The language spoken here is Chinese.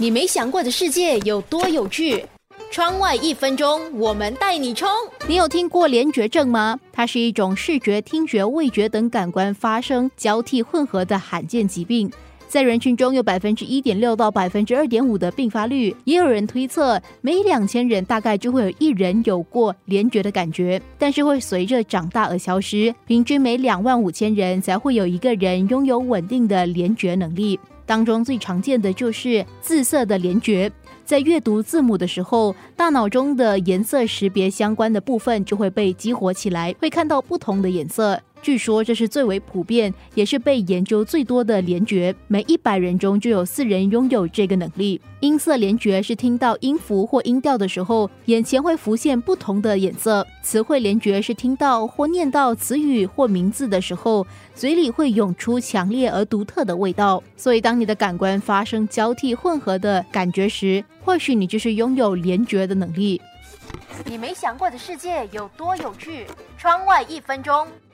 你没想过的世界有多有趣？窗外1分钟，我们带你冲！ 你有听过联觉症吗？它是一种视觉、听觉、味觉等感官发生交替混合的罕见疾病。在人群中有 1.6% 到 2.5% 的并发率，也有人推测每2000人大概就会有1人有过联觉的感觉，但是会随着长大而消失，平均每25000人才会有1个人拥有稳定的联觉能力。当中最常见的就是字色的联觉，在阅读字母的时候，大脑中的颜色识别相关的部分就会被激活起来，会看到不同的颜色。据说这是最为普遍，也是被研究最多的联觉，每100人中就有4人拥有这个能力。音色联觉是听到音符或音调的时候，眼前会浮现不同的颜色。词汇联觉是听到或念到词语或名字的时候，嘴里会涌出强烈而独特的味道。所以当你的感官发生交替混合的感觉时，或许你就是拥有联觉的能力。 你没想过的世界有多有趣？窗外1分钟。